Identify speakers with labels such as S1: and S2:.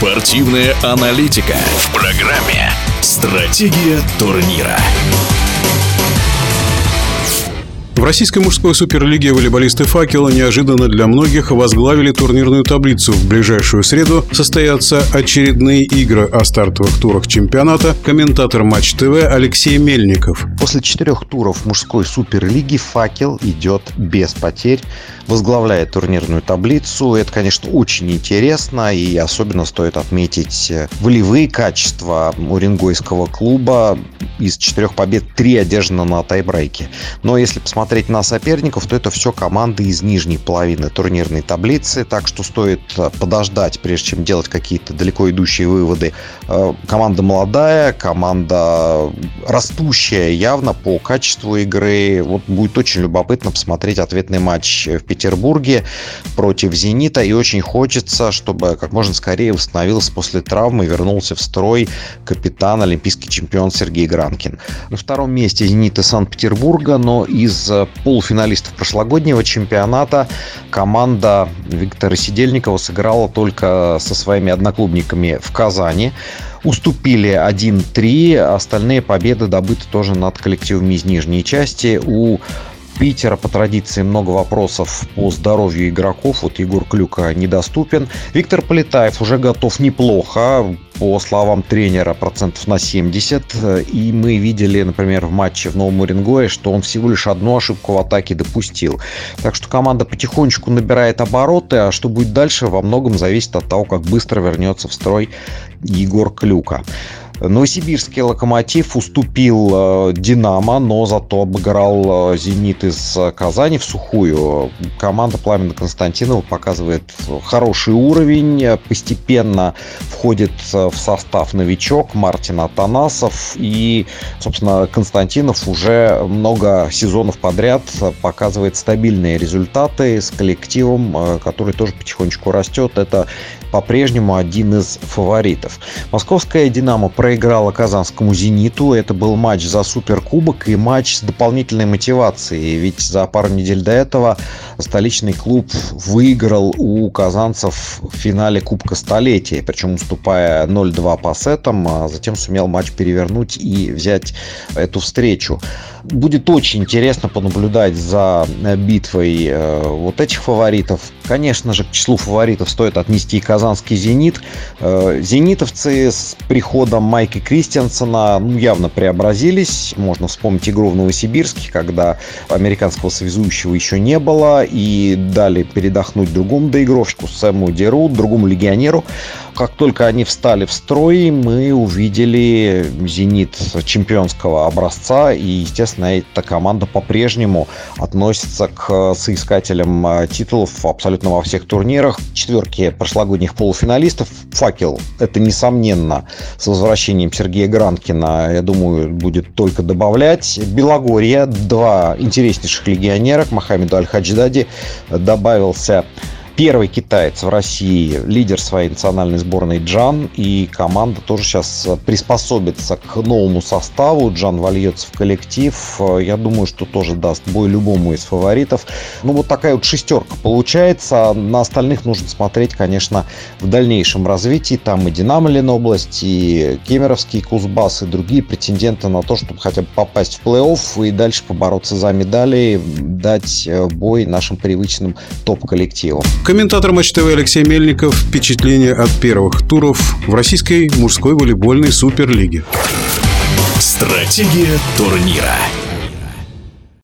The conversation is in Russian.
S1: Спортивная аналитика в программе «Стратегия турнира».
S2: В российской мужской суперлиге волейболисты «Факела» неожиданно для многих возглавили турнирную таблицу. В ближайшую среду состоятся очередные игры о стартовых турах чемпионата. Комментатор Матч ТВ Алексей Мельников.
S3: После 4 туров мужской суперлиги «Факел» идет без потерь, возглавляет турнирную таблицу. Это, конечно, очень интересно, и особенно стоит отметить волевые качества уренгойского клуба. Из 4 побед 3 одержано на тайбрейке. Но если посмотреть на соперников, то это все команды из нижней половины турнирной таблицы, так что стоит подождать, прежде чем делать какие-то далеко идущие выводы. Команда молодая, команда растущая явно по качеству игры. Вот будет очень любопытно посмотреть ответный матч в Петербурге против «Зенита», и очень хочется, чтобы как можно скорее восстановился после травмы и вернулся в строй капитан, олимпийский чемпион Сергей Гранкин. На втором месте «Зенит» из Санкт-Петербурга, но из полуфиналистов прошлогоднего чемпионата команда Виктора Сидельникова сыграла только со своими одноклубниками в Казани. Уступили 1-3, остальные победы добыты тоже над коллективами из нижней части. У Питера по традиции много вопросов по здоровью игроков. Вот Егор Клюка недоступен. Виктор Полетаев уже готов неплохо, по словам тренера, процентов на 70. И мы видели, например, в матче в Новом Уренгое, что он всего лишь одну ошибку в атаке допустил. Так что команда потихонечку набирает обороты, а что будет дальше, во многом зависит от того, как быстро вернется в строй Егор Клюка. Новосибирский «Локомотив» уступил «Динамо», но зато обыграл «Зенит» из Казани в сухую. Команда Пламена Константинова показывает хороший уровень, постепенно входит в состав новичок Мартин Атанасов, и, собственно, Константинов уже много сезонов подряд показывает стабильные результаты с коллективом, который тоже потихонечку растет. Это по-прежнему один из фаворитов. Московская «Динамо» проиграла казанскому «Зениту». Это был матч за суперкубок и матч с дополнительной мотивацией. Ведь за пару недель до этого столичный клуб выиграл у казанцев в финале Кубка Столетия. Причем уступая 0-2 по сетам, а затем сумел матч перевернуть и взять эту встречу. Будет очень интересно понаблюдать за битвой вот этих фаворитов. Конечно же, к числу фаворитов стоит отнести и казанский «Зенит». Зенитовцы с приходом Майка Кристиансена явно преобразились. Можно вспомнить игру в Новосибирске, когда американского связующего еще не было, и дали передохнуть другому доигровщику, Сэму Деру, другому легионеру. Как только они встали в строй, мы увидели «Зенит» чемпионского образца, и, естественно, эта команда по-прежнему относится к соискателям титулов абсолютно во всех турнирах. В четверке прошлогодних полуфиналистов «Факел» — это, несомненно, с возвращением Сергея Гранкина, я думаю, будет только добавлять. Белогорье, 2 интереснейших легионера, к Мохаммеду Аль-Хадждади добавился первый китаец в России, лидер своей национальной сборной Джан, и команда тоже сейчас приспособится к новому составу. Джан вольется в коллектив. Я думаю, что тоже даст бой любому из фаворитов. Ну, вот такая вот шестерка получается. На остальных нужно смотреть, конечно, в дальнейшем развитии. Там и «Динамо» Ленобласть, и Кемеровский Кузбасс, и другие претенденты на то, чтобы хотя бы попасть в плей-офф и дальше побороться за медали, дать бой нашим привычным топ-коллективам.
S2: Комментатор Матч ТВ Алексей Мельников. Впечатления от первых туров в российской мужской волейбольной суперлиге.
S1: Стратегия турнира.